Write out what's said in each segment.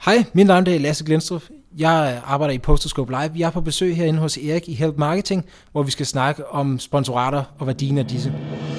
Hej, mit navn er Lasse Glenstrup. Jeg arbejder i Posterscope Live. Jeg er på besøg herinde hos Erik i Help Marketing, hvor vi skal snakke om sponsorater og værdien af disse.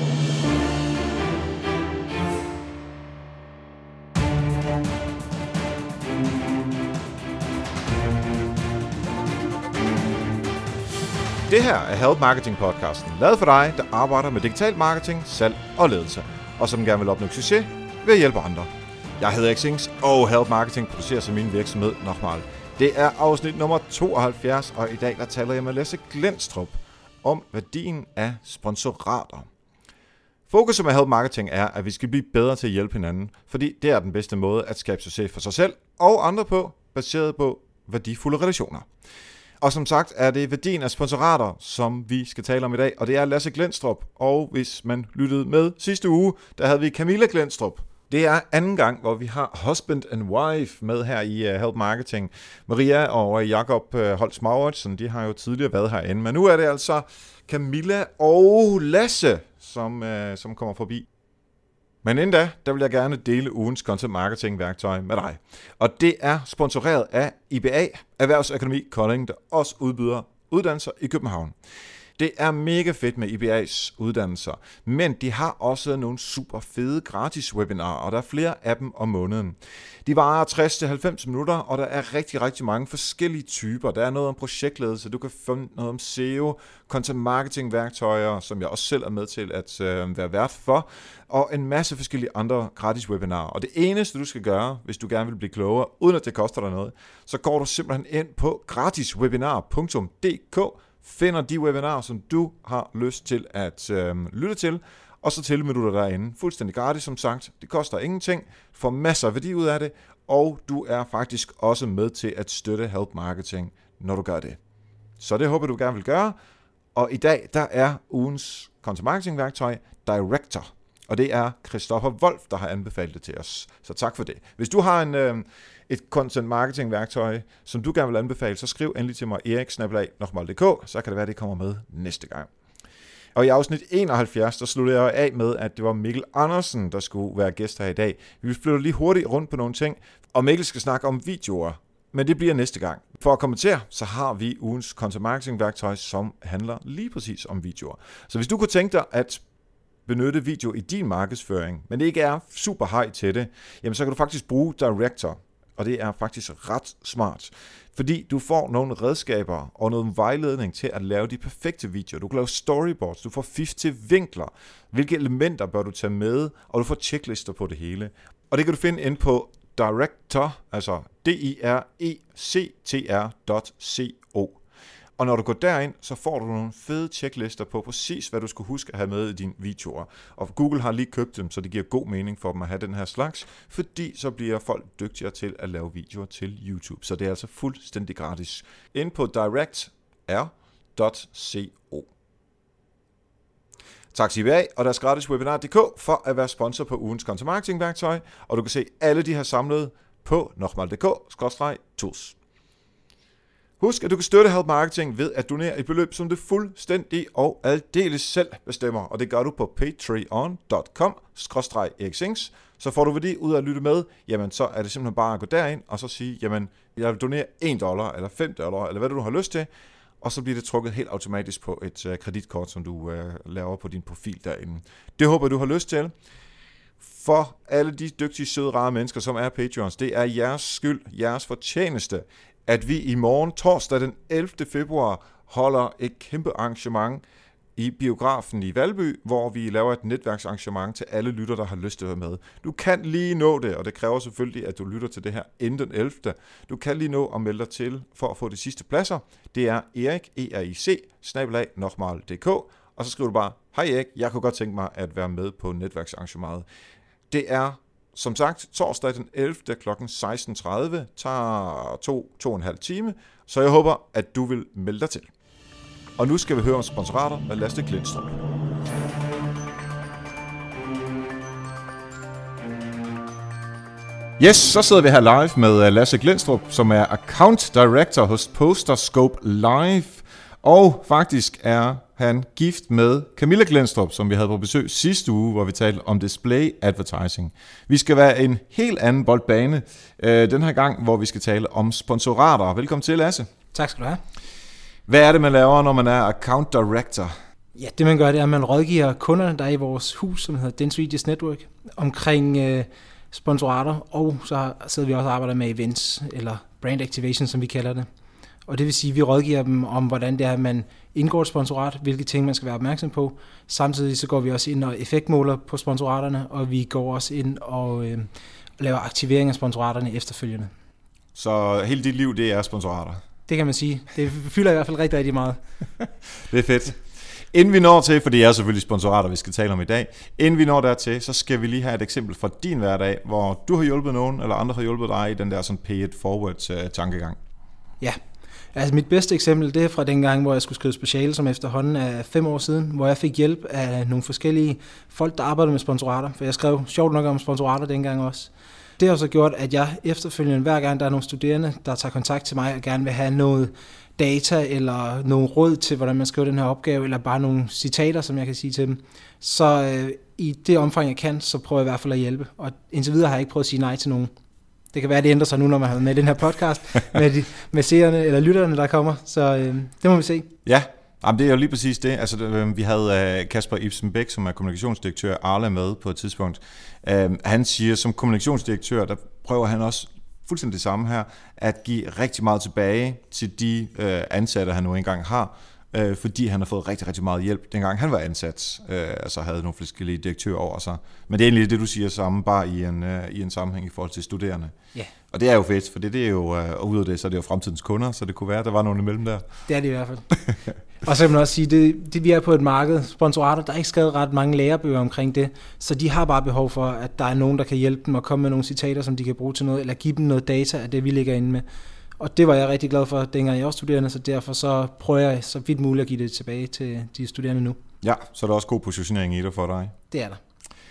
Det her er Help Marketing podcasten, lavet for dig, der arbejder med digital marketing, salg og ledelse, og som gerne vil opnå succes ved at hjælpe andre. Jeg hedder Erik Sings, og Help Marketing producerer som min virksomhed Nochmal. Det er afsnit nummer 72, og i dag der taler jeg med Lasse Glenstrup om værdien af sponsorater. Fokuset med Help Marketing er, at vi skal blive bedre til at hjælpe hinanden, fordi det er den bedste måde at skabe succes for sig selv og andre på, baseret på værdifulde relationer. Og som sagt er det værdien af sponsorater, som vi skal tale om i dag, og det er Lasse Glenstrup. Og hvis man lyttede med sidste uge, der havde vi Camilla Glenstrup. Det er anden gang, hvor vi har husband and wife med her i Help Marketing. Maria og Jakob Holst Mauritsen, de har jo tidligere været herinde, men nu er det altså Camilla og Lasse, som kommer forbi. Men inden da, der vil jeg gerne dele ugens content marketing værktøj med dig. Og det er sponsoreret af IBA, Erhvervsakademi Kolding, der også udbyder uddannelser i København. Det er mega fedt med IBA's uddannelser, men de har også nogle super fede gratis webinarer, og der er flere af dem om måneden. De varer 60-90 minutter, og der er rigtig mange forskellige typer. Der er noget om projektledelse, du kan finde noget om SEO, content marketing værktøjer, som jeg også selv er med til at være vært for, og en masse forskellige andre gratis webinarer. Og det eneste du skal gøre, hvis du gerne vil blive klogere, uden at det koster dig noget, så går du simpelthen ind på gratiswebinar.dk, finder de webinarer, som du har lyst til at lytte til, og så tilmelder du dig derinde. Fuldstændig gratis, som sagt. Det koster ingenting, får masser af værdi ud af det, og du er faktisk også med til at støtte Help Marketing, når du gør det. Så det håber du gerne vil gøre. Og i dag, der er ugens content marketing værktøj Director. Og det er Christoffer Wolf, der har anbefalet det til os. Så tak for det. Hvis du har et content marketing værktøj, som du gerne vil anbefale, så skriv endelig til mig erik@nochmal.dk, så kan det være, det kommer med næste gang. Og i afsnit 71, der sluttede jeg af med, at det var Mikkel Andersen, der skulle være gæst her i dag. Vi flytter lige hurtigt rundt på nogle ting, og Mikkel skal snakke om videoer, men det bliver næste gang. For at kommentere, så har vi ugens content marketing værktøj, som handler lige præcis om videoer. Så hvis du kunne tænke dig at benytte video i din markedsføring, men det ikke er super high til det, jamen så kan du faktisk bruge Director, og det er faktisk ret smart, fordi du får nogle redskaber og noget vejledning til at lave de perfekte videoer. Du kan lave storyboards, du får fif til vinkler, hvilke elementer bør du tage med, og du får checklister på det hele. Og det kan du finde inde på Director, altså directr.co. Og når du går derind, så får du nogle fede checklister på præcis, hvad du skal huske at have med i dine videoer. Og Google har lige købt dem, så det giver god mening for dem at have den her slags, fordi så bliver folk dygtigere til at lave videoer til YouTube. Så det er altså fuldstændig gratis. Ind på directr.co. Tak til IBA og deres gratis webinar.dk for at være sponsor på ugens content marketing værktøj, og du kan se alle de her samlet på nochmal.dk/tools. Husk, at du kan støtte Help Marketing ved at donere et beløb, som du fuldstændig og aldeles selv bestemmer. Og det gør du på patreon.com/eriksings. Så får du værdi ud af at lytte med, jamen så er det simpelthen bare at gå derind og så sige, jamen jeg vil donere $1 eller $5, eller hvad du har lyst til. Og så bliver det trukket helt automatisk på et kreditkort, som du laver på din profil derinde. Det håber du har lyst til. For alle de dygtige, søde, rare mennesker, som er Patreons, det er jeres skyld, jeres fortjeneste, at vi i morgen, torsdag den 11. februar, holder et kæmpe arrangement i biografen i Valby, hvor vi laver et netværksarrangement til alle lytter, der har lyst til at være med. Du kan lige nå det, og det kræver selvfølgelig, at du lytter til det her inden den 11. Du kan lige nå at melde dig til for at få de sidste pladser. Det er erik@nochmal.dk, og så skriver du bare, hej Erik, jeg kunne godt tænke mig at være med på netværksarrangementet. Det er som sagt torsdag den 11. kl. 16:30, tager 2,5 time, så jeg håber, at du vil melde dig til. Og nu skal vi høre om sponsorater med Lasse Glenstrup. Yes, så sidder vi her live med Lasse Glenstrup, som er Account Director hos Posterscope Live, og faktisk er han gift med Camilla Glenstrup, som vi havde på besøg sidste uge, hvor vi talte om display advertising. Vi skal være en helt anden boldbane den her gang, hvor vi skal tale om sponsorater. Velkommen til, Lasse. Tak skal du have. Hvad er det, man laver, når man er account director? Ja, det man gør, det er, at man rådgiver kunderne, der er i vores hus, som hedder Dense Reach Network, omkring sponsorater, og så sidder vi også og arbejder med events, eller brand activation, som vi kalder det. Og det vil sige, at vi rådgiver dem om, hvordan det er, at man indgår et sponsorat, hvilke ting man skal være opmærksom på. Samtidig så går vi også ind og effektmåler på sponsoraterne, og vi går også ind og laver aktivering af sponsoraterne efterfølgende. Så hele dit liv, det er sponsorater? Det kan man sige. Det fylder i hvert fald rigtig, rigtig meget. Det er fedt. Inden vi når til, for det er selvfølgelig sponsorater, vi skal tale om i dag, inden vi når dertil, så skal vi lige have et eksempel fra din hverdag, hvor du har hjulpet nogen, eller andre har hjulpet dig i den der sådan pay it forward tankegang. Ja, altså mit bedste eksempel, det er fra den gang, hvor jeg skulle skrive speciale, som efterhånden er 5 år siden, hvor jeg fik hjælp af nogle forskellige folk, der arbejdede med sponsorater, for jeg skrev sjovt nok om sponsorater dengang også. Det har så gjort, at jeg efterfølgende, hver gang der er nogle studerende, der tager kontakt til mig og gerne vil have noget data eller nogle råd til, hvordan man skriver den her opgave, eller bare nogle citater, som jeg kan sige til dem, så i det omfang, jeg kan, så prøver jeg i hvert fald at hjælpe. Og indtil videre har jeg ikke prøvet at sige nej til nogen. Det kan være, at det ændrer sig nu, når man har med den her podcast, med seerne eller lytterne, der kommer. Så det må vi se. Ja, jamen, det er jo lige præcis det. Altså, vi havde Kasper Ibsen Bæk, som er kommunikationsdirektør Arla med på et tidspunkt. Han siger, som kommunikationsdirektør, der prøver han også fuldstændig det samme her, at give rigtig meget tilbage til de ansatte, han nu engang har, fordi han har fået rigtig, rigtig meget hjælp, dengang han var ansat, altså havde nogle forskellige direktører over sig. Men det er egentlig det, du siger samme, bare i en sammenhæng i forhold til studerende. Yeah. Og det er jo fedt, for det er jo, og ud af det, så er det jo fremtidens kunder, så det kunne være, at der var nogen imellem der. Det er det i hvert fald. Og så kan man også sige, det vi er på et marked, sponsorater, der er ikke skrevet ret mange lærebøger omkring det, så de har bare behov for, at der er nogen, der kan hjælpe dem og komme med nogle citater, som de kan bruge til noget, eller give dem noget data af det, vi ligger inde med. Og det var jeg rigtig glad for, dengang jeg var studerende, så derfor så prøver jeg så vidt muligt at give det tilbage til de studerende nu. Ja, så er der også god positionering i det for dig. Det er der.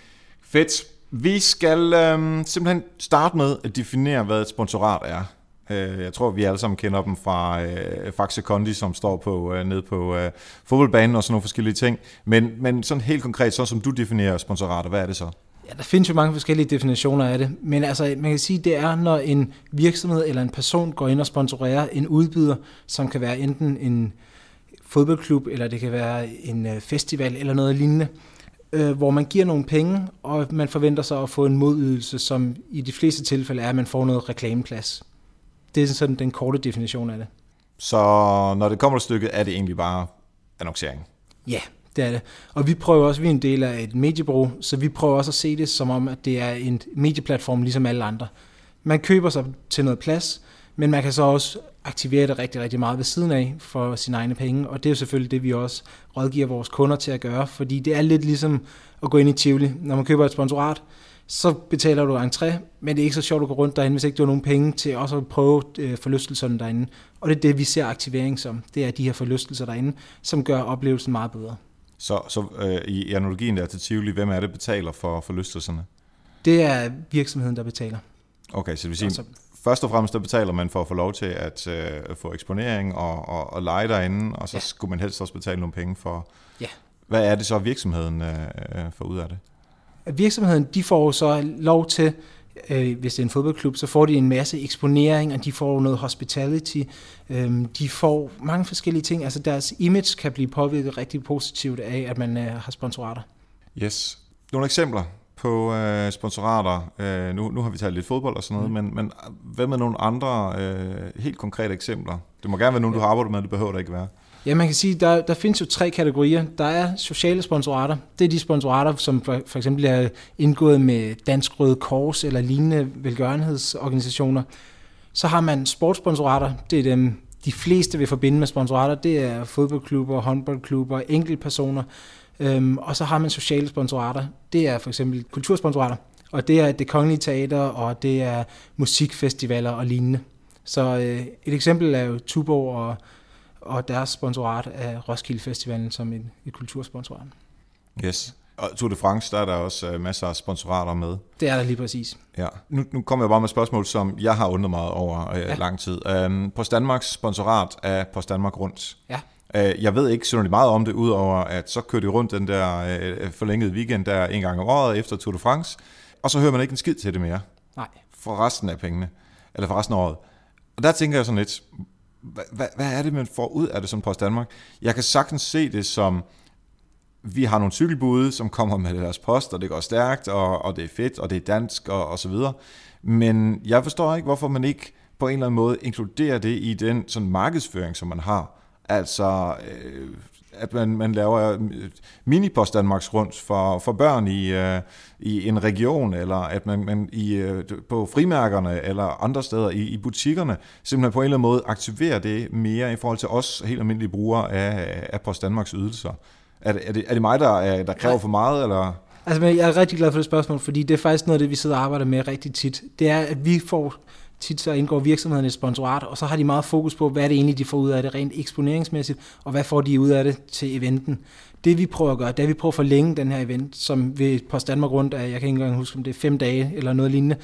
Fedt. Vi skal simpelthen starte med at definere, hvad et sponsorat er. Jeg tror, vi alle sammen kender dem fra Faxe Kondi, som står nede på fodboldbanen og sådan nogle forskellige ting. Men sådan helt konkret, sådan som du definerer sponsorater, hvad er det så? Ja, der findes jo mange forskellige definitioner af det, men altså, man kan sige, det er, når en virksomhed eller en person går ind og sponsorerer en udbyder, som kan være enten en fodboldklub, eller det kan være en festival eller noget lignende, hvor man giver nogle penge, og man forventer sig at få en modydelse, som i de fleste tilfælde er, at man får noget reklameplads. Det er sådan den korte definition af det. Så når det kommer til stykket, er det egentlig bare annoncering? Ja, det er det. Og vi er en del af et mediebureau, så vi prøver også at se det som om, at det er en medieplatform ligesom alle andre. Man køber sig til noget plads, men man kan så også aktivere det rigtig, rigtig meget ved siden af for sine egne penge, og det er jo selvfølgelig det, vi også rådgiver vores kunder til at gøre, fordi det er lidt ligesom at gå ind i Tivoli. Når man køber et sponsorat, så betaler du entré, men det er ikke så sjovt at gå rundt derinde, hvis ikke du har nogen penge til også at prøve forlystelserne derinde. Og det er det, vi ser aktivering som. Det er de her forlystelser derinde, som gør oplevelsen meget bedre. Så i analogien der til Tivoli, hvem er det, der betaler for forlystelserne? Det er virksomheden, der betaler. Okay, så det vil sige, først og fremmest der betaler man for at få lov til at få eksponering og lege derinde, og så skulle man helst også betale nogle penge for. Ja. Hvad er det så, virksomheden får ud af det? Virksomheden, de får så lov til, hvis det er en fodboldklub, så får de en masse eksponering, og de får noget hospitality, de får mange forskellige ting. Altså deres image kan blive påvirket rigtig positivt af, at man har sponsorater. Yes. Nogle eksempler på sponsorater. Nu har vi talt lidt fodbold og sådan noget, men hvad med nogle andre helt konkrete eksempler? Det må gerne være nogle, du har arbejdet med, det behøver det ikke være. Ja, man kan sige, der findes jo 3 kategorier. Der er sociale sponsorater. Det er de sponsorater, som for eksempel er indgået med Dansk Røde Kors eller lignende velgørenhedsorganisationer. Så har man sportssponsorater. Det er dem, de fleste vil forbinde med sponsorater. Det er fodboldklubber, håndboldklubber, enkeltpersoner. Og så har man sociale sponsorater. Det er for eksempel kultursponsorater. Og det er Det Kongelige Teater, og det er musikfestivaler og lignende. Så et eksempel er jo Tuborg og deres sponsorat af Roskilde Festivalen som et kultursponsorat. Yes. Og Tour de France, der er der også masser af sponsorater med. Det er der lige præcis. Ja. Nu kommer jeg bare med et spørgsmål, som jeg har undret meget over lang tid. Post Danmarks sponsorat af Post Danmark Rundt. Ja. Jeg ved ikke synderligt meget om det, udover at så kører de rundt den der forlængede weekend der en gang om året efter Tour de France, og så hører man ikke en skid til det mere. Nej. For resten af pengene, eller for resten af året. Og der tænker jeg sådan lidt, hvad er det, man får ud af det som Post Danmark? Jeg kan sagtens se det som, vi har nogle cykelbude, som kommer med deres post, og det går stærkt, og det er fedt, og det er dansk, og så videre. Men jeg forstår ikke, hvorfor man ikke på en eller anden måde inkluderer det i den sådan markedsføring, som man har. Altså, at man laver mini-Post Danmarks rundt for børn i en region, eller at man på frimærkerne eller andre steder i butikkerne simpelthen på en eller anden måde aktiverer det mere i forhold til os helt almindelige brugere af Post Danmarks ydelser. Er det mig, der kræver for meget, eller? Altså, jeg er rigtig glad for det spørgsmål, fordi det er faktisk noget af det, vi sidder og arbejder med rigtig tit. Det er, at vi får tit så indgår virksomheden et sponsorat, og så har de meget fokus på, hvad er det egentlig, de får ud af det rent eksponeringsmæssigt, og hvad får de ud af det til eventen. Det vi prøver at gøre, det er, at vi prøver at forlænge den her event, som ved Post Danmark rundt af, jeg kan ikke engang huske, om det er 5 dage eller noget lignende,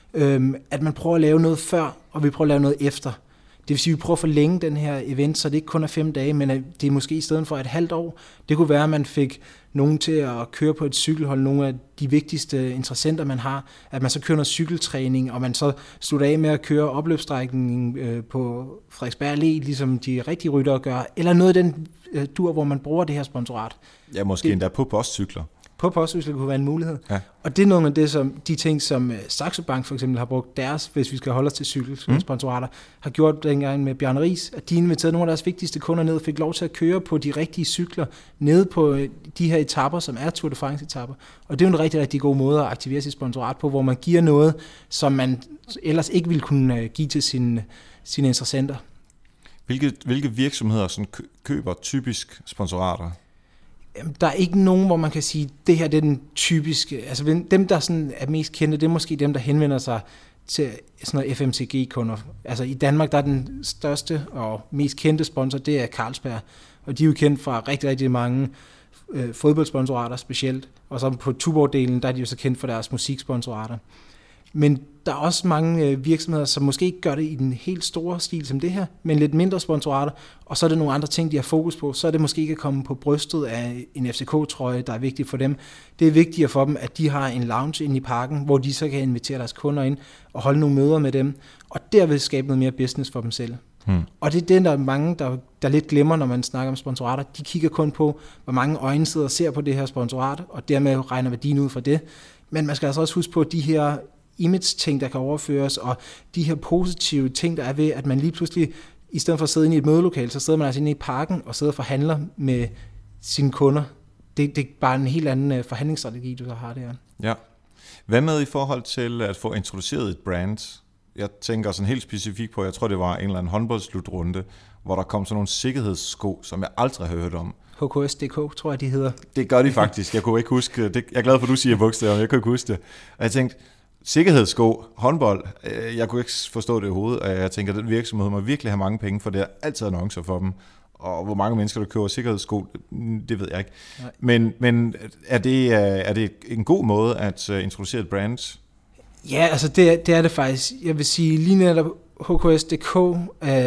at man prøver at lave noget før, og vi prøver at lave noget efter. Det vil sige, at vi prøver at forlænge den her event, så det ikke kun er 5 dage, men at det er måske i stedet for et halvt år. Det kunne være, at man fik nogen til at køre på et cykelhold, nogle af de vigtigste interessenter, man har, at man så kører noget cykeltræning, og man så slutter af med at køre opløbsstrækningen på Frederiksberg Allé, ligesom de rigtige ryttere gør, eller noget af den dur, hvor man bruger det her sponsorat. Ja, måske endda på postcykler. På postcykler kunne være en mulighed. Ja. Og det er noget af det, som de ting, som Saxo Bank for eksempel har brugt deres, hvis vi skal holde os til cykelsponsorater, har gjort dengang med Bjarne Riis, at de inviterede nogle af deres vigtigste kunder ned og fik lov til at køre på de rigtige cykler nede på de her etaper, som er Tour de France-etaper. Og det er jo en rigtig, rigtig god måde at aktivere sit sponsorat på, hvor man giver noget, som man ellers ikke ville kunne give til sine interessenter. Hvilke virksomheder sådan køber typisk sponsorater? Der er ikke nogen, hvor man kan sige, det her det er den typiske. Altså dem, der sådan er mest kendte, det er måske dem, der henvender sig til sådan noget FMCG-kunder. Altså i Danmark, der er den største og mest kendte sponsor, det er Carlsberg. Og de er jo kendt fra rigtig, rigtig mange fodboldsponsorater specielt. Og så på Tuborg-delen, der er de jo så kendt for deres musiksponsorater. Men der er også mange virksomheder, som måske ikke gør det i den helt store stil som det her, men lidt mindre sponsorater, og så er det nogle andre ting, de har fokus på. Så er det måske ikke at komme på brystet af en FCK-trøje, der er vigtigt for dem. Det er vigtigere for dem, at de har en lounge inde i parken, hvor de så kan invitere deres kunder ind og holde nogle møder med dem, og derved skabe noget mere business for dem selv. Og det er det, der er mange, der lidt glemmer, når man snakker om sponsorater. De kigger kun på, hvor mange øjne sidder og ser på det her sponsorat, og dermed regner værdien ud fra det. Men man skal altså også huske på de her image-ting, der kan overføres, og de her positive ting, der er ved, at man lige pludselig, i stedet for at sidde inde i et mødelokale, så sidder man altså inde i parken og sidder og forhandler med sine kunder. Det er bare en helt anden forhandlingsstrategi, du så har der. Ja. Hvad med i forhold til at få introduceret et brand? Jeg tænker sådan helt specifikt på, jeg tror det var en eller anden håndboldslutrunde, hvor der kom sådan nogle sikkerhedssko, som jeg aldrig har hørt om. HKS.dk, tror jeg, de hedder. Det gør de faktisk. Jeg kunne ikke huske det. Jeg er glad for, at du siger bogstaver, men jeg kunne ikke huske det. Og jeg tænkte, sikkerhedssko, håndbold, jeg kunne ikke forstå det i hovedet, og jeg tænker, at den virksomhed må virkelig have mange penge, for det er altid annoncer for dem. Og hvor mange mennesker, der køber sikkerhedssko, det ved jeg ikke. Men er det en god måde at introducere et brand? Ja, altså det er det faktisk. Jeg vil sige, lige netop HKS.dk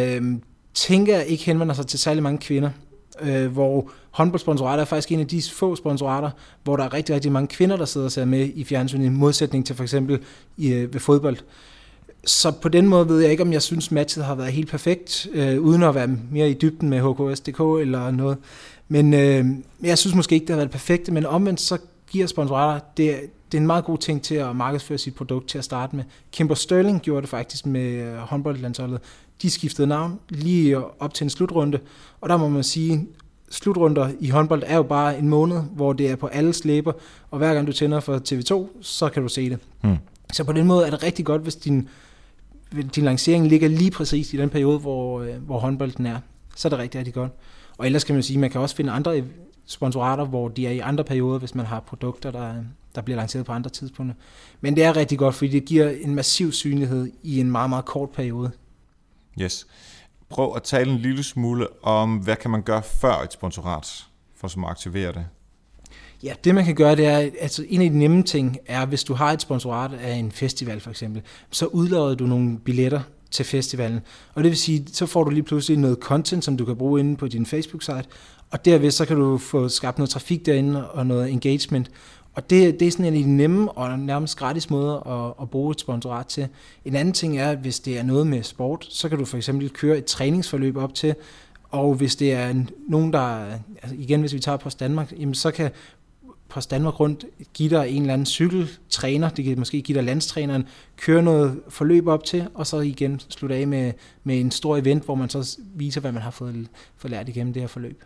tænker jeg ikke henvender sig til særlig mange kvinder, hvor håndboldsponsorater er faktisk en af de få sponsorater, hvor der er rigtig, rigtig mange kvinder, der sidder og ser med i fjernsynet, i modsætning til for eksempel ved fodbold. Så på den måde ved jeg ikke, om jeg synes, matchet har været helt perfekt, uden at være mere i dybden med HKS.dk eller noget. Men jeg synes måske ikke, det har været perfekt, men omvendt så giver sponsorater, det er en meget god ting til at markedsføre sit produkt til at starte med. Kimber Sterling gjorde det faktisk med håndboldlandsholdet. De skiftede navn lige op til en slutrunde, og der må man sige, slutrunder i håndbold er jo bare en måned, hvor det er på alles læber, og hver gang du tænder for TV2, så kan du se det. Så på den måde er det rigtig godt, hvis din lancering ligger lige præcis i den periode, hvor håndbolden er. Så er det rigtig, rigtig godt. Og ellers kan man sige, at man kan også finde andre sponsorater, hvor de er i andre perioder, hvis man har produkter, der bliver lanceret på andre tidspunkter. Men det er rigtig godt, fordi det giver en massiv synlighed i en meget, meget kort periode. Yes. Prøv at tale en lille smule om, hvad kan man gøre før et sponsorat, for som at aktivere det? Ja, det man kan gøre, det er, altså en af de nemme ting er, hvis du har et sponsorat af en festival for eksempel, så udlader du nogle billetter til festivalen. Og det vil sige, så får du lige pludselig noget content, som du kan bruge inde på din Facebook-site, og derved så kan du få skabt noget trafik derinde og noget engagement. Og det er sådan en af de nemme og nærmest gratis måder at bruge et sponsorat til. En anden ting er, at hvis det er noget med sport, så kan du for eksempel køre et træningsforløb op til, og hvis det er nogen, der, altså igen hvis vi tager Post Danmark, jamen så kan Post Danmark rundt give dig en eller anden cykeltræner, det kan måske give dig landstræneren, køre noget forløb op til, og så igen slutte af med en stor event, hvor man så viser, hvad man har fået lært igennem det her forløb.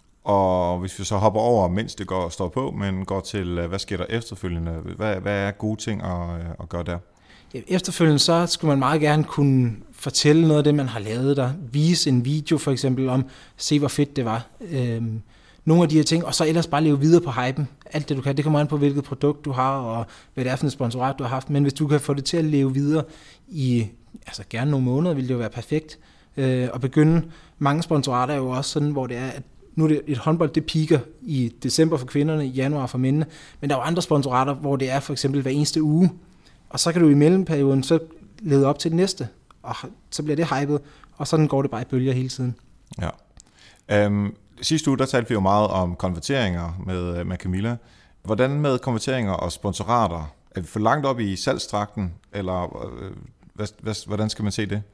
Og hvis vi så hopper over, mens det står på, men går til, hvad sker der efterfølgende? Hvad er gode ting at gøre der? Ja, efterfølgende så skulle man meget gerne kunne fortælle noget af det, man har lavet der. Vise en video for eksempel om, se hvor fedt det var. Nogle af de her ting, og så ellers bare leve videre på hypen. Alt det du kan, det kommer an på, hvilket produkt du har, og hvad det er for et sponsorat, du har haft. Men hvis du kan få det til at leve videre i, altså gerne nogle måneder, vil det jo være perfekt. Og begynde, mange sponsorater er jo også sådan, hvor det er, at nu er det et håndbold, det piker i december for kvinderne, i januar for mændene, men der er jo andre sponsorater, hvor det er for eksempel hver eneste uge, og så kan du i mellemperioden så lede op til det næste, og så bliver det hypet, og sådan går det bare i bølger hele tiden. Ja. Sidste uge, der talte vi jo meget om konverteringer med Camilla. Hvordan med konverteringer og sponsorater? Er vi for langt op i salgstrakten, eller hvordan skal man se det?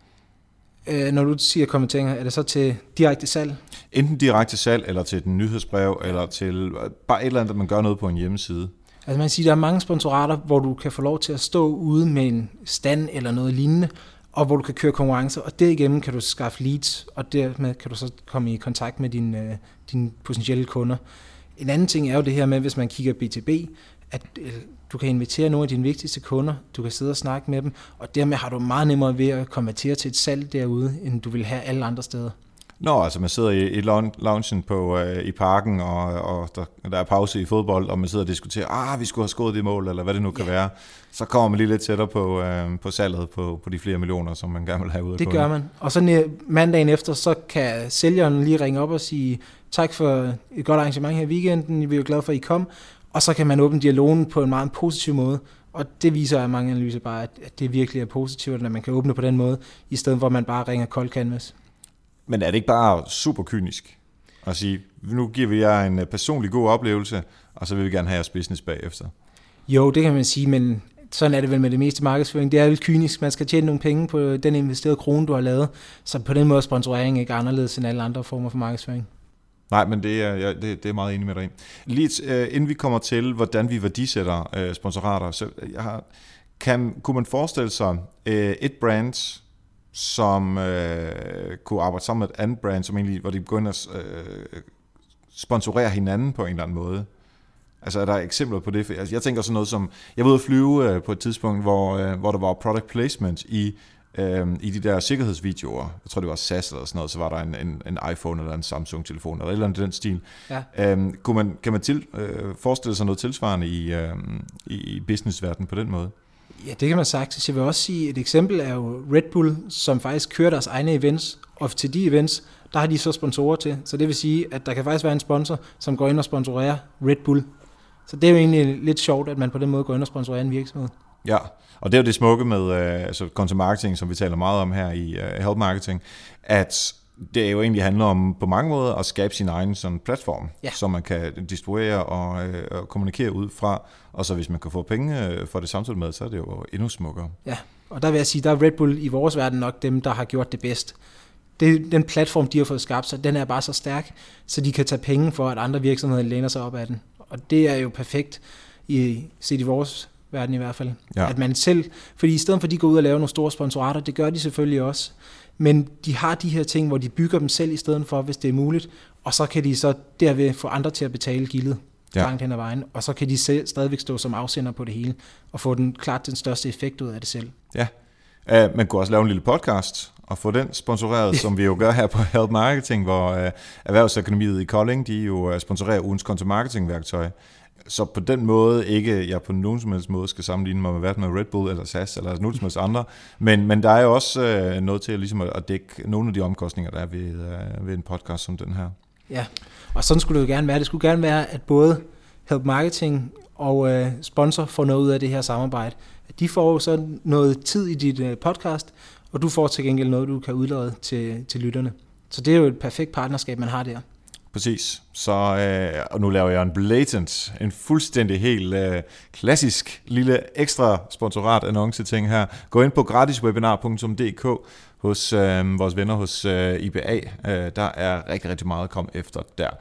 Når du siger konverteringer, er det så til direkte salg? Enten direkte salg, eller til et nyhedsbrev, eller til bare et eller andet, at man gør noget på en hjemmeside. Altså man kan sige, at der er mange sponsorater, hvor du kan få lov til at stå ude med en stand eller noget lignende, og hvor du kan køre konkurrencer, og derigennem kan du skaffe leads, og dermed kan du så komme i kontakt med dine potentielle kunder. En anden ting er jo det her med, hvis man kigger B2B, at du kan invitere nogle af dine vigtigste kunder, du kan sidde og snakke med dem, og dermed har du meget nemmere ved at konvertere til et salg derude, end du vil have alle andre steder. Nå, altså man sidder i loungen i parken, og der er pause i fodbold, og man sidder og diskuterer, vi skulle have skåret det mål, eller hvad det nu kan være. Så kommer man lige lidt tættere på salget på de flere millioner, som man gerne vil have ud af kunden. Det gør man. Og så mandagen efter, så kan sælgeren lige ringe op og sige, tak for et godt arrangement her i weekenden, vi er jo glade for, at I kom. Og så kan man åbne dialogen på en meget positiv måde. Og det viser af mange analyser bare, at det virkelig er positivt, at man kan åbne på den måde, i stedet for at man bare ringer cold canvas. Men er det ikke bare super kynisk at sige, nu giver vi jer en personlig god oplevelse, og så vil vi gerne have jeres business bagefter? Jo, det kan man sige, men sådan er det vel med det meste markedsføring. Det er vel kynisk. Man skal tjene nogle penge på den investerede krone, du har lavet. Så på den måde er sponsorering ikke anderledes end alle andre former for markedsføring. Nej, men det er meget enig med dig i. Lige inden vi kommer til, hvordan vi værdisætter sponsorater, så kunne man forestille sig et brand, som kunne arbejde sammen med et andet brand, som egentlig, hvor de begynder at sponsorere hinanden på en eller anden måde? Altså er der eksempler på det? Altså, jeg tænker sådan noget som, jeg var ude at flyve på et tidspunkt, hvor der var product placement i de der sikkerhedsvideoer. Jeg tror det var SAS eller sådan noget, så var der en iPhone eller en Samsung-telefon eller et eller andet den stil. Ja. Kan man forestille sig noget tilsvarende i businessverdenen på den måde? Ja, det kan man sagtens. Jeg vil også sige, et eksempel er jo Red Bull, som faktisk kører deres egne events, og til de events, der har de så sponsorer til. Så det vil sige, at der kan faktisk være en sponsor, som går ind og sponsorerer Red Bull. Så det er jo egentlig lidt sjovt, at man på den måde går ind og sponsorerer en virksomhed. Ja, og det er jo det smukke med content marketing, som vi taler meget om her i Help Marketing, at det jo egentlig handler om på mange måder at skabe sin egen sådan platform, som man kan distribuere og kommunikere ud fra, og så hvis man kan få penge for det samtidig med, så er det jo endnu smukkere. Ja, og der vil jeg sige, der er Red Bull i vores verden nok dem, der har gjort det bedst. Den platform, de har fået skabt, så den er bare så stærk, så de kan tage penge for, at andre virksomheder læner sig op af den. Og det er jo perfekt set i vores verden i hvert fald. Ja. At man selv, fordi i stedet for at de går ud og laver nogle store sponsorater, det gør de selvfølgelig også, men de har de her ting, hvor de bygger dem selv i stedet for, hvis det er muligt, og så kan de så derved få andre til at betale gildet langt hen ad vejen, og så kan de stadigvæk stå som afsender på det hele, og få klart den største effekt ud af det selv. Ja, man kunne også lave en lille podcast, og få den sponsoreret, som vi jo gør her på Help Marketing, hvor Erhvervsakademiet i Kolding, de jo sponsorerer ugens content marketing værktøj. Så på den måde ikke, jeg på nogen som helst måde skal sammenligne mig med Red Bull eller SAS eller nogen som helst andre, men der er jo også noget til ligesom at dække nogle af de omkostninger, der er ved en podcast som den her. Ja, og sådan skulle det jo gerne være. Det skulle gerne være, at både Help Marketing og sponsor får noget ud af det her samarbejde. De får så noget tid i dit podcast, og du får til gengæld noget, du kan udlade til lytterne. Så det er jo et perfekt partnerskab, man har der. Præcis. Så, og nu laver jeg en fuldstændig helt klassisk lille ekstra sponsorat annonce-ting her. Gå ind på gratiswebinar.dk hos vores venner hos IBA. Der er rigtig, rigtig meget at komme efter der.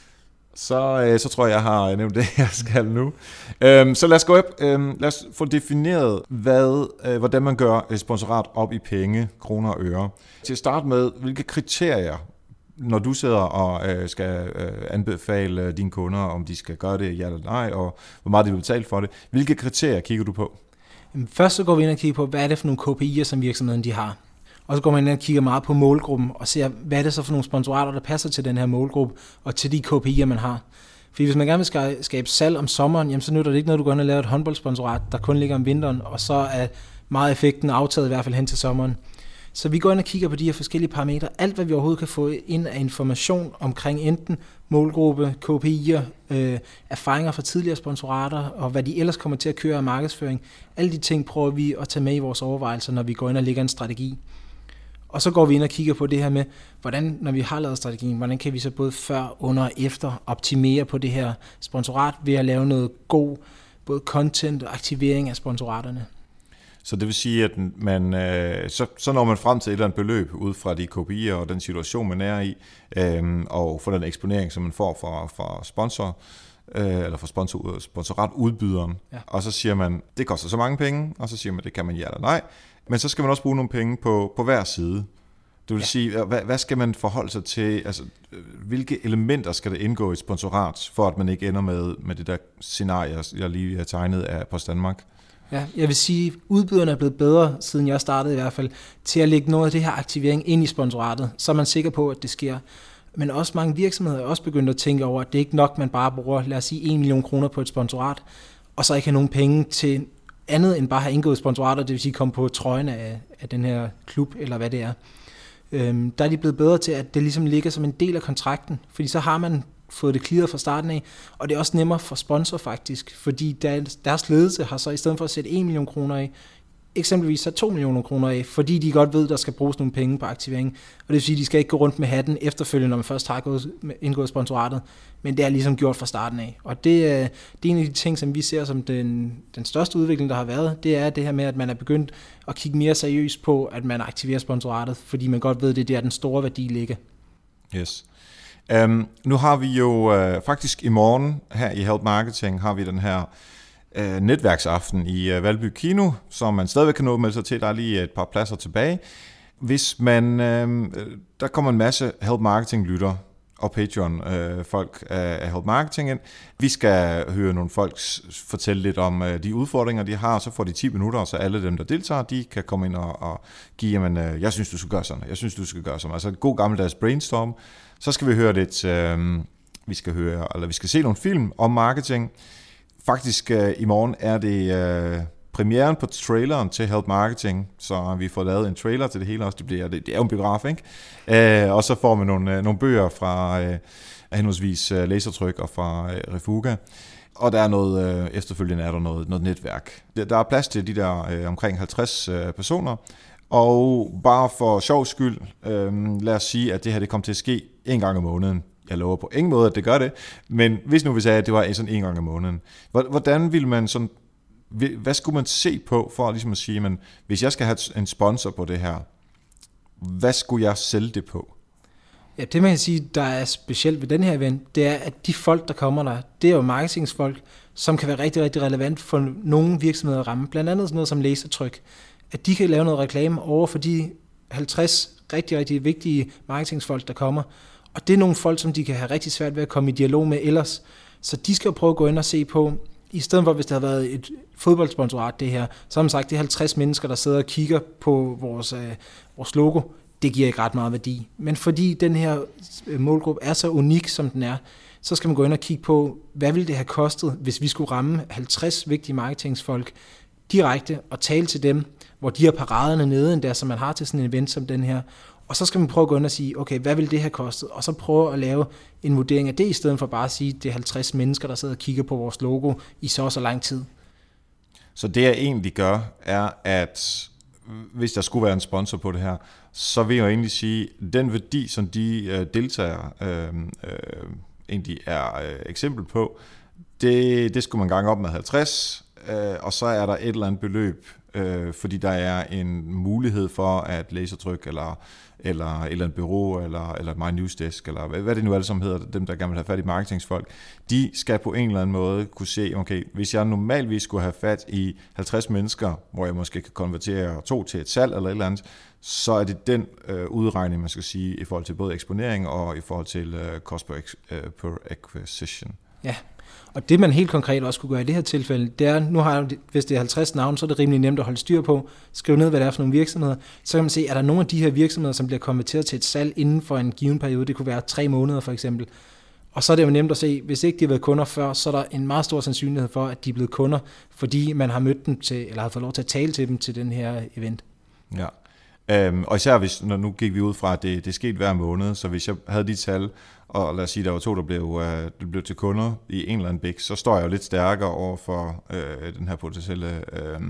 Så tror jeg har nævnt det, jeg skal nu. Så lad os gå op. Lad os få defineret, hvordan man gør et sponsorat op i penge, kroner og øre. Til at starte med, hvilke kriterier, når du sidder og skal anbefale dine kunder, om de skal gøre det ja eller nej, og hvor meget de vil betale for det, hvilke kriterier kigger du på? Først så går vi ind og kigger på, hvad er det for nogle KPI'er, som virksomheden de har. Og så går man ind og kigger meget på målgruppen og ser, hvad er det så for nogle sponsorater, der passer til den her målgruppe og til de KPI'er, man har. Fordi hvis man gerne vil skabe salg om sommeren, jamen så nytter det ikke noget, du går ind og laver et håndboldsponsorat, der kun ligger om vinteren, og så er meget effekten aftaget i hvert fald hen til sommeren. Så vi går ind og kigger på de her forskellige parametre. Alt, hvad vi overhovedet kan få ind af information omkring enten målgruppe, KPI'er, erfaringer fra tidligere sponsorater, og hvad de ellers kommer til at køre af markedsføring. Alle de ting prøver vi at tage med i vores overvejelser, når vi går ind og lægger en strategi. Og så går vi ind og kigger på det her med, hvordan, når vi har lavet strategien, hvordan kan vi så både før, under og efter optimere på det her sponsorat ved at lave noget god, både content og aktivering af sponsoraterne. Så det vil sige, at man, så når man frem til et eller andet beløb ud fra de KPI'er og den situation, man er i, og for den eksponering, som man får fra sponsor, eller fra sponsoratudbyderen, ja. Og så siger man, det koster så mange penge, og så siger man, det kan man ja eller nej. Men så skal man også bruge nogle penge på hver side. Det vil sige, hvad skal man forholde sig til? Altså, hvilke elementer skal der indgå i et sponsorat, for at man ikke ender med det der scenarie, jeg lige har tegnet af Post Danmark? Ja, jeg vil sige, at udbyderne er blevet bedre, siden jeg startede i hvert fald, til at lægge noget af det her aktivering ind i sponsoratet, så er man sikker på, at det sker. Men også mange virksomheder er også begyndt at tænke over, at det ikke nok, man bare bruger, lad os sige, 1 million kroner på et sponsorat, og så ikke have nogen penge til andet end bare have indgået sponsorater, det vil sige komme på trøjen af den her klub, eller hvad det er. Der er de blevet bedre til, at det ligesom ligger som en del af kontrakten, fordi så har man fået det clearet fra starten af, og det er også nemmere for sponsor faktisk, fordi deres ledelse har så i stedet for at sætte 1 million kroner af, eksempelvis så 2 millioner kroner af, fordi de godt ved, at der skal bruges nogle penge på aktivering. Og det vil sige, at de skal ikke gå rundt med hatten efterfølgende, når man først har indgået sponsoratet, men det er ligesom gjort fra starten af. Og det er en af de ting, som vi ser som den største udvikling, der har været, det er det her med, at man er begyndt at kigge mere seriøst på, at man aktiverer sponsoratet, fordi man godt ved, at det er der den store værdi ligger. Yes. Nu har vi jo faktisk i morgen her i Help Marketing, har vi den her netværksaften i Valby Kino, som man stadigvæk kan nå med sig til. Der er lige et par pladser tilbage. Hvis man, der kommer en masse Help Marketing lytter og Patreon folk af Help Marketing ind. Vi skal høre nogle folk fortælle lidt om de udfordringer, de har, så får de 10 minutter, så alle dem, der deltager, de kan komme ind og give, jamen, jeg synes, du skal gøre sådan, jeg synes, du skal gøre sådan. Altså et god gammeldags brainstorm. Så skal vi høre lidt, vi skal se nogle film om marketing. Faktisk i morgen er det premieren på traileren til Help Marketing, så vi får lavet en trailer til det hele også. Det er jo en biograf, ikke? Og så får vi nogle bøger fra henholdsvis Lasertryk og fra Refuga. Og der er noget, efterfølgende er der noget netværk. Der er plads til de der omkring 50 personer. Og bare for sjov skyld, lad os sige, at det her det kommer til at ske 1 gang om måneden. Jeg lover på ingen måde, at det gør det, men hvis nu vi sagde, at det var sådan 1 gang om måneden, hvordan ville man sådan, hvad skulle man se på for ligesom at sige, men hvis jeg skal have en sponsor på det her, hvad skulle jeg sælge det på? Ja, det man kan sige, der er specielt ved den her event, det er, at de folk, der kommer der, det er jo marketingsfolk, som kan være rigtig, rigtig relevant for nogle virksomheder at ramme, blandt andet sådan noget som Lasertryk, at de kan lave noget reklame over for de 50 rigtig, rigtig vigtige marketingsfolk, der kommer. Og det er nogle folk, som de kan have rigtig svært ved at komme i dialog med ellers. Så de skal jo prøve at gå ind og se på, i stedet for hvis det har været et fodboldsponsorat det her, så har man sagt, det er 50 mennesker, der sidder og kigger på vores logo. Det giver ikke ret meget værdi. Men fordi den her målgruppe er så unik, som den er, så skal man gå ind og kigge på, hvad ville det have kostet, hvis vi skulle ramme 50 vigtige marketingsfolk direkte og tale til dem, hvor de har paraderne nede end der, som man har til sådan en event som den her. Og så skal man prøve at gå ind og sige, okay, hvad vil det have kostet? Og så prøve at lave en vurdering af det, i stedet for bare at sige, det er 50 mennesker, der sidder og kigger på vores logo i så lang tid. Så det jeg egentlig gør, er, at hvis der skulle være en sponsor på det her, så vil jeg jo egentlig sige, den værdi, som de deltagere egentlig er eksempel på, det skulle man gange op med 50, og så er der et eller andet beløb, fordi der er en mulighed for, at lasertryk eller et bureau, eller My Newsdesk, eller hvad det nu alle sammen hedder, dem der gerne vil have fat i marketingsfolk, de skal på en eller anden måde kunne se, okay, hvis jeg normalvis skulle have fat i 50 mennesker, hvor jeg måske kan konvertere 2 til et salg eller et eller andet, så er det den udregning, man skal sige, i forhold til både eksponering og i forhold til cost per acquisition. Ja, og det man helt konkret også kunne gøre i det her tilfælde, det er, nu har jeg, hvis det er 50 navne, så er det rimelig nemt at holde styr på, skrive ned, hvad det er for nogle virksomheder, så kan man se, er der nogle af de her virksomheder, som bliver konverteret til et salg inden for en given periode, det kunne være 3 måneder for eksempel, og så er det jo nemt at se, hvis ikke de har været kunder før, så er der en meget stor sandsynlighed for, at de er blevet kunder, fordi man har mødt dem til, eller har fået lov til at tale til dem til den her event. Ja. Og især hvis, når nu gik vi ud fra, at det skete hver måned, så hvis jeg havde de tal, og lad os sige, der var 2, der blev til kunder i en eller anden big, så står jeg jo lidt stærkere over for den her potentielle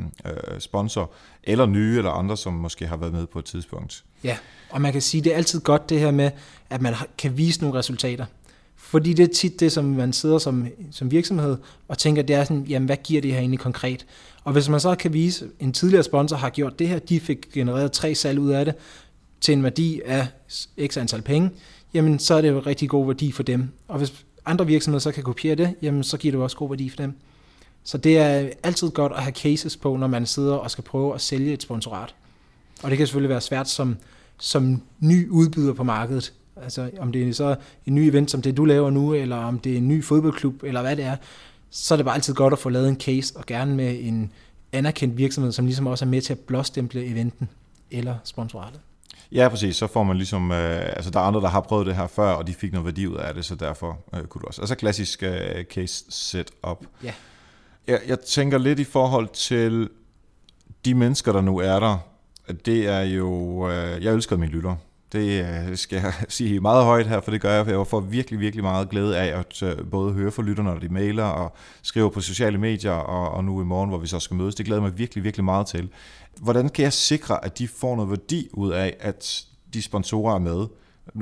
sponsor, eller nye, eller andre, som måske har været med på et tidspunkt. Ja, og man kan sige, det er altid godt det her med, at man kan vise nogle resultater. Fordi det er tit det, som man sidder som virksomhed og tænker, det er sådan, jamen hvad giver det her egentlig konkret? Og hvis man så kan vise, at en tidligere sponsor har gjort det her, de fik genereret 3 salg ud af det, til en værdi af x antal penge, jamen så er det jo rigtig god værdi for dem. Og hvis andre virksomheder så kan kopiere det, jamen så giver det jo også god værdi for dem. Så det er altid godt at have cases på, når man sidder og skal prøve at sælge et sponsorat. Og det kan selvfølgelig være svært som ny udbyder på markedet. Altså om det er så en ny event, som det du laver nu, eller om det er en ny fodboldklub, eller hvad det er, så er det bare altid godt at få lavet en case, og gerne med en anerkendt virksomhed, som ligesom også er med til at blåstemple eventen eller sponsoratet. Ja, præcis. Så får man ligesom, altså der er andre, der har prøvet det her før, og de fik noget værdi ud af det, så derfor kunne du også. Altså klassisk case setup. Ja. Jeg tænker lidt i forhold til de mennesker, der nu er der. Det er jo, jeg elsker mine lytter. Det skal jeg sige meget højt her, for det gør jeg, for jeg får virkelig, virkelig meget glæde af at både høre fra lytterne, når de mailer og skriver på sociale medier, og nu i morgen, hvor vi så skal mødes. Det glæder mig virkelig, virkelig meget til. Hvordan kan jeg sikre, at de får noget værdi ud af, at de sponsorer er med?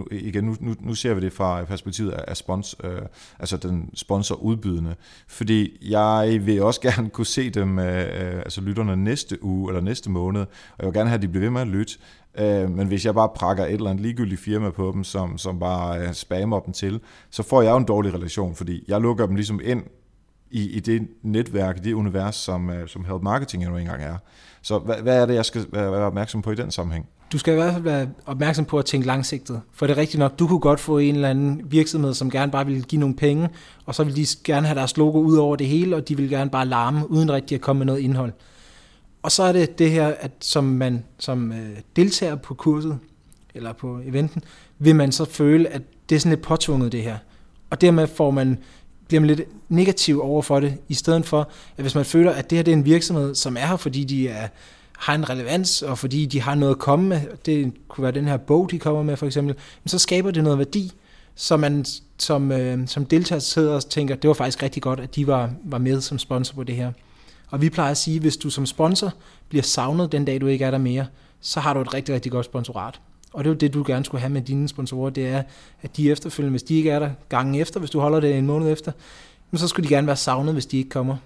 Nu ser vi det fra perspektivet af altså den sponsorudbydende, fordi jeg vil også gerne kunne se dem, altså lytterne næste uge eller næste måned, og jeg vil gerne have, at de bliver ved med at lytte. Men hvis jeg bare prakker et eller andet ligegyldigt firma på dem, som bare spammer dem til, så får jeg jo en dårlig relation, fordi jeg lukker dem ligesom ind i det netværk, det univers, som Help Marketing jo engang er. Så hvad er det, jeg skal være opmærksom på i den sammenhæng? Du skal i hvert fald være opmærksom på at tænke langsigtet. For det er rigtigt nok, du kunne godt få en eller anden virksomhed, som gerne bare vil give nogle penge, og så vil de gerne have deres logo ud over det hele, og de vil gerne bare larme, uden rigtig at komme med noget indhold. Og så er det her, at som man som deltager på kurset, eller på eventen, vil man så føle, at det er sådan lidt påtvunget det her. Og dermed bliver man lidt negativ over for det, i stedet for, at hvis man føler, at det her det er en virksomhed, som er her, fordi de har en relevans, og fordi de har noget at komme med, det kunne være den her bog, de kommer med for eksempel, så skaber det noget værdi, så man som deltager sidder og tænker, det var faktisk rigtig godt, at de var med som sponsor på det her. Og vi plejer at sige, at hvis du som sponsor bliver savnet den dag, du ikke er der mere, så har du et rigtig, rigtig godt sponsorat. Og det er jo det, du gerne skulle have med dine sponsorer, det er, at de efterfølgende, hvis de ikke er der gangen efter, hvis du holder det en måned efter, så skulle de gerne være savnet, hvis de ikke kommer.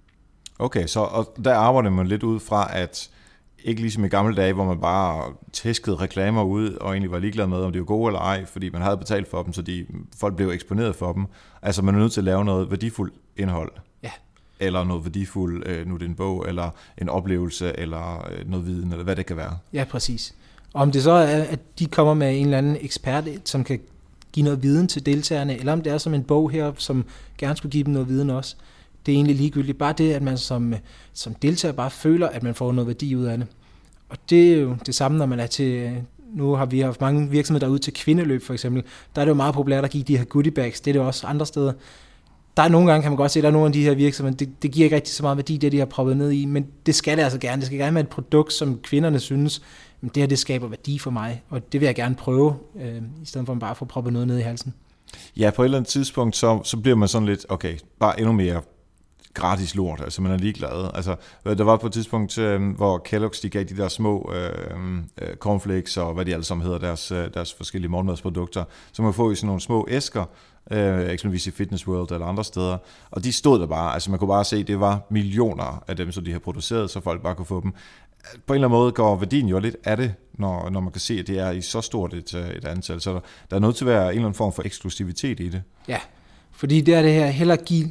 Okay, og der arbejder man lidt ud fra, at ikke ligesom i gamle dage, hvor man bare tæskede reklamer ud, og egentlig var ligeglad med, om det var gode eller ej, fordi man havde betalt for dem, så folk blev eksponeret for dem. Altså man er nødt til at lave noget værdifuldt indhold. Ja. Eller noget værdifuldt, nu er det en bog, eller en oplevelse, eller noget viden, eller hvad det kan være. Ja, præcis. Og om det så er, at de kommer med en eller anden ekspert, som kan give noget viden til deltagerne, eller om det er som en bog her, som gerne skulle give dem noget viden også. Det er egentlig ligegyldigt. Bare det, at man som deltager bare føler, at man får noget værdi ud af det. Og det er jo det samme, når man er til... Nu har vi haft mange virksomheder derude til kvindeløb for eksempel. Der er det jo meget populært at give de her goodie bags. Det er det også andre steder. Der er nogle gange, kan man godt se, at der er nogle af de her virksomheder, det giver ikke rigtig så meget værdi, det de har proppet ned i, men det skal det altså gerne. Det skal gerne være et produkt, som kvinderne synes, det her det skaber værdi for mig, og det vil jeg gerne prøve, i stedet for at bare få proppet noget ned i halsen. Ja, på et eller andet tidspunkt, så bliver man sådan lidt, okay, bare endnu mere gratis lort, altså man er ligeglad. Altså, der var på et tidspunkt, hvor Kellogg's, de gav de der små cornflakes, og hvad de alle sammen hedder, deres forskellige morgenmadsprodukter, som man får i sådan nogle små æsker, eksempelvis i Fitness World eller andre steder, og de stod der bare, altså man kunne bare se, det var millioner af dem, som de har produceret, så folk bare kunne få dem. På en eller anden måde går værdien jo lidt af det, når man kan se, at det er i så stort et antal, så der er nødt til at være en eller anden form for eksklusivitet i det. Ja, fordi det er det her, heller give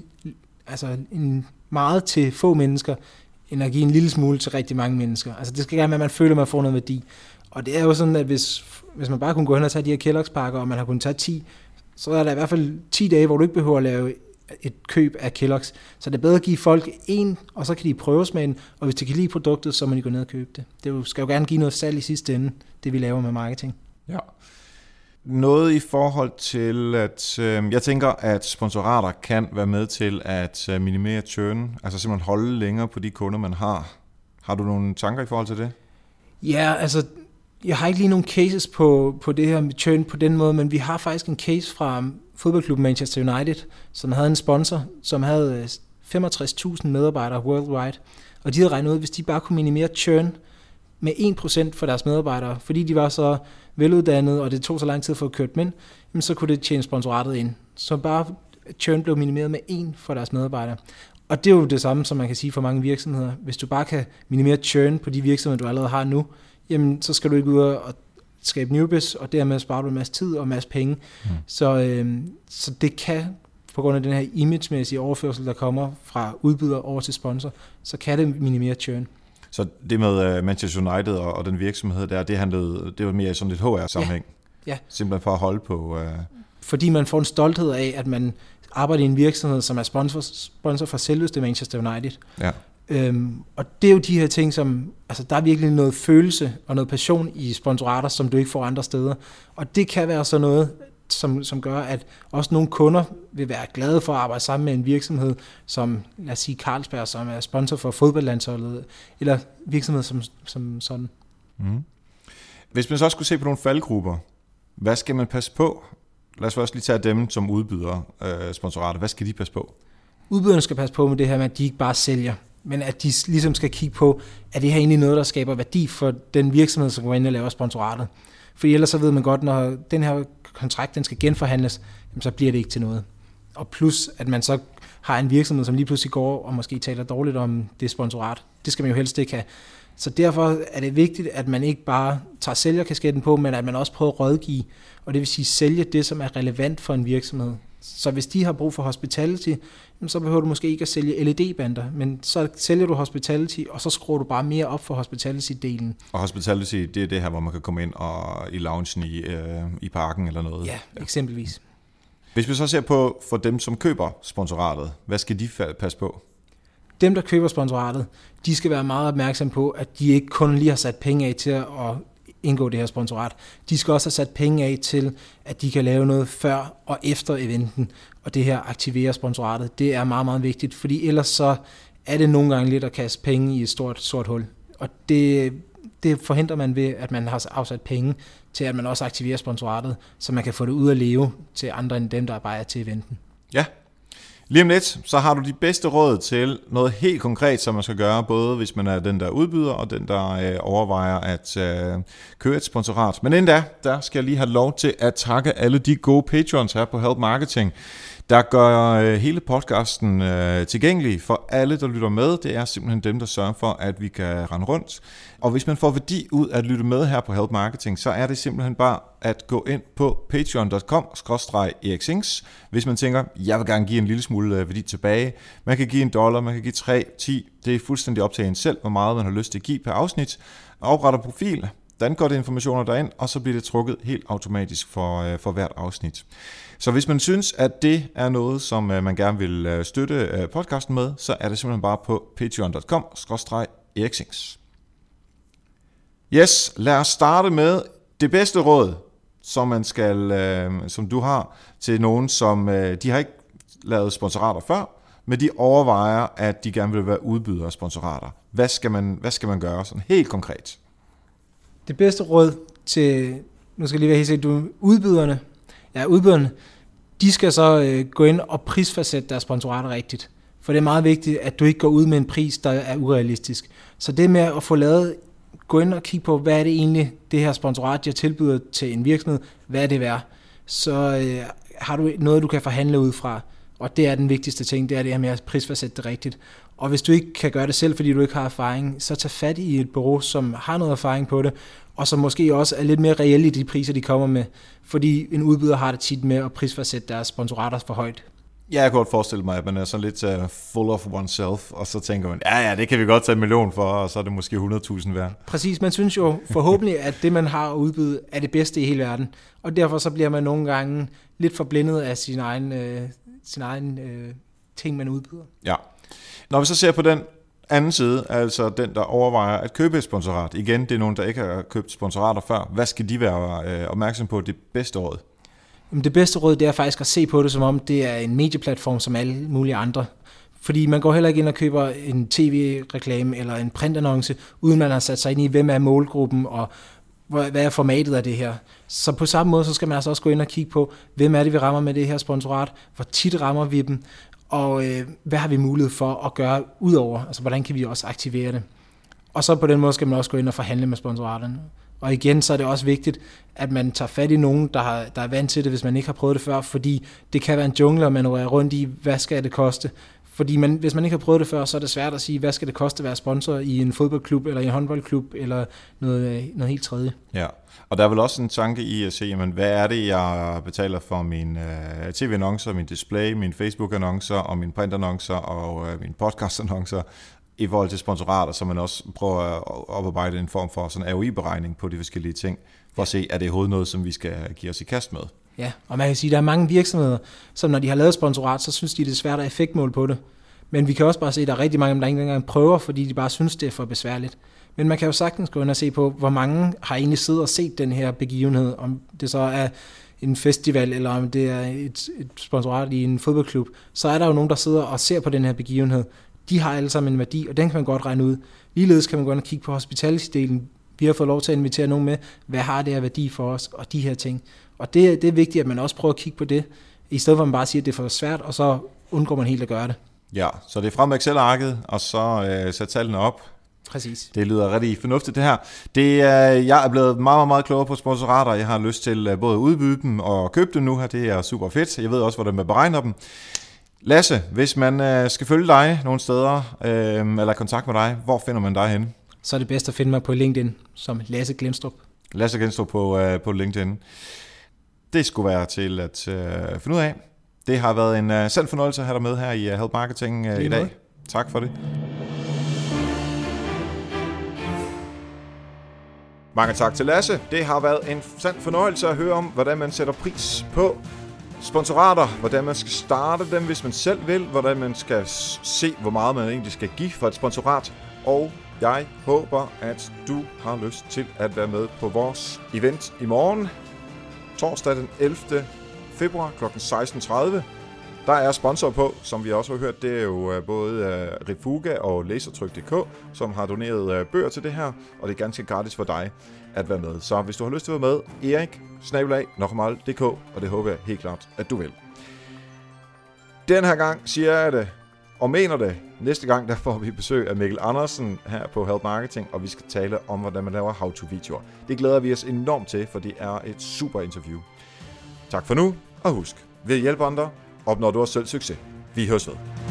en meget til få mennesker, end at give en lille smule til rigtig mange mennesker. Altså det skal gerne være, at man føler, at man får noget værdi. Og det er jo sådan, at hvis man bare kunne gå hen og tage de her Kellogg's-pakker, og man har kunnet tage 10, så er der i hvert fald 10 dage, hvor du ikke behøver at lave et køb af Kellogg's. Så det er bedre at give folk en, og så kan de prøve smagen, og hvis de kan lide produktet, så må de gå ned og købe det. Det skal jo gerne give noget salg i sidste ende, det vi laver med marketing. Ja. Noget i forhold til, at jeg tænker, at sponsorater kan være med til at minimere churn, altså simpelthen holde længere på de kunder, man har. Har du nogle tanker i forhold til det? Ja, altså jeg har ikke lige nogle cases på det her med churn på den måde, men vi har faktisk en case fra fodboldklubben Manchester United, som havde en sponsor, som havde 65.000 medarbejdere worldwide, og de havde regnet ud, hvis de bare kunne minimere churn med 1% for deres medarbejdere, fordi de var så veluddannede, og det tog så lang tid for at køre dem ind, så kunne det tjene sponsoratet ind. Så bare churn blev minimeret med 1 for deres medarbejdere. Og det er jo det samme, som man kan sige for mange virksomheder. Hvis du bare kan minimere churn på de virksomheder, du allerede har nu, jamen så skal du ikke ud og skabe new business, og dermed sparer du en masse tid og en masse penge. Så det kan, på grund af den her image-mæssige overførsel, der kommer fra udbyder over til sponsor, så kan det minimere churn. Så det med Manchester United og den virksomhed der, det var mere i sådan lidt HR-sammenhæng? Ja. Simpelthen for at holde på... Fordi man får en stolthed af, at man arbejder i en virksomhed, som er sponsor for selveste Manchester United. Ja. Og det er jo de her ting, som... Altså, der er virkelig noget følelse og noget passion i sponsorater, som du ikke får andre steder. Og det kan være sådan noget, som gør, at også nogle kunder vil være glade for at arbejde sammen med en virksomhed, som, lad os sige, Carlsberg, som er sponsor for fodboldlandsholdet, eller virksomhed som sådan. Mm. Hvis man så skulle se på nogle faldgrupper, hvad skal man passe på? Lad os først lige tage dem, som udbyder sponsorater. Hvad skal de passe på? Udbyderne skal passe på med det her med, at de ikke bare sælger, men at de ligesom skal kigge på, er det her egentlig noget, der skaber værdi for den virksomhed, som går ind og laver sponsoratet. For ellers så ved man godt, når den her kontrakt den skal genforhandles, så bliver det ikke til noget. Og plus, at man så har en virksomhed, som lige pludselig går og måske taler dårligt om det sponsorat. Det skal man jo helst ikke have. Så derfor er det vigtigt, at man ikke bare tager sælgerkasketten på, men at man også prøver at rådgive, og det vil sige sælge det, som er relevant for en virksomhed. Så hvis de har brug for hospitality, så behøver du måske ikke at sælge LED-bander, men så sælger du hospitality, og så skruer du bare mere op for hospitality-delen. Og hospitality, det er det her, hvor man kan komme ind og i loungen i parken eller noget? Ja, eksempelvis. Hvis vi så ser på for dem, som køber sponsoratet, hvad skal de passe på? Dem, der køber sponsoratet, de skal være meget opmærksom på, at de ikke kun lige har sat penge af til at indgå det her sponsorat. De skal også have sat penge af til, at de kan lave noget før og efter eventen, og det her aktiverer sponsoratet. Det er meget, meget vigtigt, fordi ellers så er det nogle gange lidt at kaste penge i et stort sort hul. Og det forhindrer man ved, at man har afsat penge til, at man også aktiverer sponsoratet, så man kan få det ud at leve til andre end dem, der bare er til eventen. Ja. Lige om lidt, så har du de bedste råd til noget helt konkret, som man skal gøre, både hvis man er den, der udbyder, og den, der overvejer at køre et sponsorat. Men inden der skal jeg lige have lov til at takke alle de gode patrons her på Help Marketing, der gør hele podcasten tilgængelig for alle, der lytter med. Det er simpelthen dem, der sørger for, at vi kan rende rundt. Og hvis man får værdi ud at lytte med her på Help Marketing, så er det simpelthen bare at gå ind på patreon.com/eriksings. Hvis man tænker, jeg vil gerne give en lille smule værdi tilbage. Man kan give $1, man kan give 3, 10. Det er fuldstændig op til en selv, hvor meget man har lyst til at give per afsnit. Opretter profil, dan går det informationer derind, og så bliver det trukket helt automatisk for hvert afsnit. Så hvis man synes, at det er noget, som man gerne vil støtte podcasten med, så er det simpelthen bare på patreon.com/eriksings. Yes, lad os starte med det bedste råd, som du har til nogen, som de har ikke lavet sponsorater før, men de overvejer, at de gerne vil være udbydere af sponsorater. Hvad skal man gøre sådan helt konkret? Det bedste råd til, nu skal jeg lige være helt sikker, udbyderne, de skal så gå ind og prisfastsætte deres sponsorater rigtigt. For det er meget vigtigt, at du ikke går ud med en pris, der er urealistisk. Så det med at få lavet, gå ind og kigge på, hvad er det egentlig, det her sponsorat, jeg tilbyder til en virksomhed, hvad er det værd? Så har du noget, du kan forhandle ud fra. Og det er den vigtigste ting, det er det her med at prisfastsætte det rigtigt. Og hvis du ikke kan gøre det selv, fordi du ikke har erfaring, så tag fat i et bureau, som har noget erfaring på det, og som måske også er lidt mere reelle i de priser, de kommer med. Fordi en udbyder har det tit med at prisfastsætte deres sponsorater for højt. Ja, jeg kan godt forestille mig, at man er sådan lidt full of oneself, og så tænker man, ja, det kan vi godt tage 1 million for, og så er det måske 100.000 værd. Præcis, man synes jo forhåbentlig, at det, man har at udbyde, er det bedste i hele verden. Og derfor så bliver man nogle gange lidt forblindet af sin egen ting, man udbyder. Ja. Når vi så ser på den anden side, altså den, der overvejer at købe et sponsorat. Igen, det er nogen, der ikke har købt sponsorater før. Hvad skal de være opmærksom på det bedste råd? Det bedste råd, det er faktisk at se på det, som om det er en medieplatform som alle mulige andre. Fordi man går heller ikke ind og køber en tv-reklame eller en printannonce, uden man har sat sig ind i, hvem er målgruppen, og hvad er formatet af det her. Så på samme måde, så skal man altså også gå ind og kigge på, hvem er det, vi rammer med det her sponsorat, hvor tit rammer vi dem, og hvad har vi mulighed for at gøre udover, altså hvordan kan vi også aktivere det. Og så på den måde skal man også gå ind og forhandle med sponsoraterne. Og igen, så er det også vigtigt, at man tager fat i nogen, der er vant til det, hvis man ikke har prøvet det før, fordi det kan være en jungle, og man rører rundt i, hvad skal det koste. Fordi hvis man ikke har prøvet det før, så er det svært at sige, hvad skal det koste at være sponsor i en fodboldklub, eller i en håndboldklub, eller noget helt tredje. Ja, og der er vel også en tanke i at se, jamen, hvad er det, jeg betaler for mine tv-annoncer, min display, mine Facebook-annoncer, og mine printannoncer, og mine podcast-annoncer, i forhold til sponsorater, så man også prøver at oparbejde en form for sådan AOI-beregning på de forskellige ting, for at se, er det overhovedet noget, som vi skal give os i kast med. Ja, og man kan sige, at der er mange virksomheder, som når de har lavet sponsorat, så synes de, det er svært at effektmåle på det. Men vi kan også bare se, at der er rigtig mange, der ikke engang prøver, fordi de bare synes, det er for besværligt. Men man kan jo sagtens gå ind og se på, hvor mange har egentlig siddet og set den her begivenhed, om det så er en festival, eller om det er et sponsorat i en fodboldklub, så er der jo nogen, der sidder og ser på den her begivenhed. De har alle sammen en værdi, og den kan man godt regne ud. Ligeledes kan man gå ind og kigge på hospitality-delen. Vi har fået lov til at invitere nogen med, hvad har det her værdi for os, og de her ting. Og det er vigtigt, at man også prøver at kigge på det, i stedet for at man bare siger, at det er for svært, og så undgår man helt at gøre det. Ja, så det er frem med Excel-arket, og så sæt tallene op. Præcis. Det lyder rigtig fornuftigt det her. Jeg er blevet meget, meget, meget klogere på sponsorater. Jeg har lyst til både at udbyde dem og købe dem nu her. Det er super fedt. Jeg ved også, hvordan man beregner dem. Lasse, hvis man skal følge dig nogle steder, eller kontakt med dig, hvor finder man dig henne? Så er det bedst at finde mig på LinkedIn, som Lasse Glemstrup. Lasse Glemstrup på LinkedIn. Det skulle være til at finde ud af. Det har været en sand fornøjelse at have dig med her i Help Marketing i dag. Tak for det. Mange tak til Lasse. Det har været en sand fornøjelse at høre om, hvordan man sætter pris på sponsorater, hvordan man skal starte dem, hvis man selv vil, hvordan man skal se, hvor meget man egentlig skal give for et sponsorat. Og jeg håber, at du har lyst til at være med på vores event i morgen, torsdag den 11. februar kl. 16.30. Der er sponsor på, som vi også har hørt, det er jo både Refuga og Lasertryk.dk, som har doneret bøger til det her, og det er ganske gratis for dig at være med. Så hvis du har lyst til at være med, erik@nokmal.dk, og det håber jeg helt klart, at du vil. Den her gang siger jeg det, og mener det. Næste gang der får vi besøg af Mikkel Andersen her på Help Marketing, og vi skal tale om, hvordan man laver how-to-videoer. Det glæder vi os enormt til, for det er et super interview. Tak for nu, og husk, ved at hjælpe andre, opnår du også selv succes. Vi høres ved.